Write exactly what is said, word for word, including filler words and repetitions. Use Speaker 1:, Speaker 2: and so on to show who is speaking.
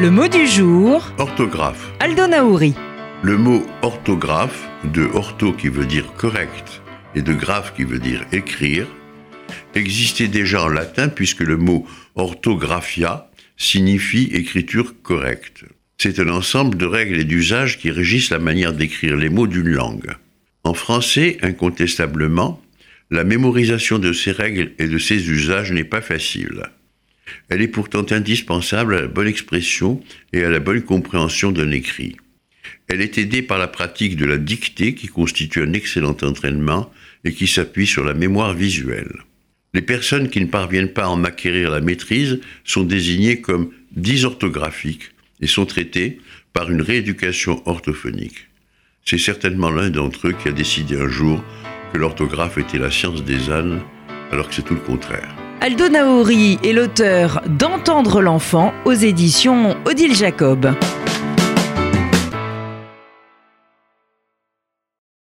Speaker 1: Le mot du jour,
Speaker 2: Orthographe.
Speaker 1: Aldo Naouri.
Speaker 2: Le mot orthographe, de ortho qui veut dire correct et de graphe qui veut dire écrire, existait déjà en latin puisque le mot orthographia signifie écriture correcte. C'est un ensemble de règles et d'usages qui régissent la manière d'écrire les mots d'une langue. En français, incontestablement, la mémorisation de ces règles et de ces usages n'est pas facile. Elle est pourtant indispensable à la bonne expression et à la bonne compréhension d'un écrit. Elle est aidée par la pratique de la dictée qui constitue un excellent entraînement et qui s'appuie sur la mémoire visuelle. Les personnes qui ne parviennent pas à en acquérir la maîtrise sont désignées comme dysorthographiques et sont traitées par une rééducation orthophonique. C'est certainement l'un d'entre eux qui a décidé un jour que l'orthographe était la science des ânes, alors que c'est tout le contraire.
Speaker 1: Aldo Naouri est l'auteur d'Entendre l'enfant aux éditions Odile Jacob.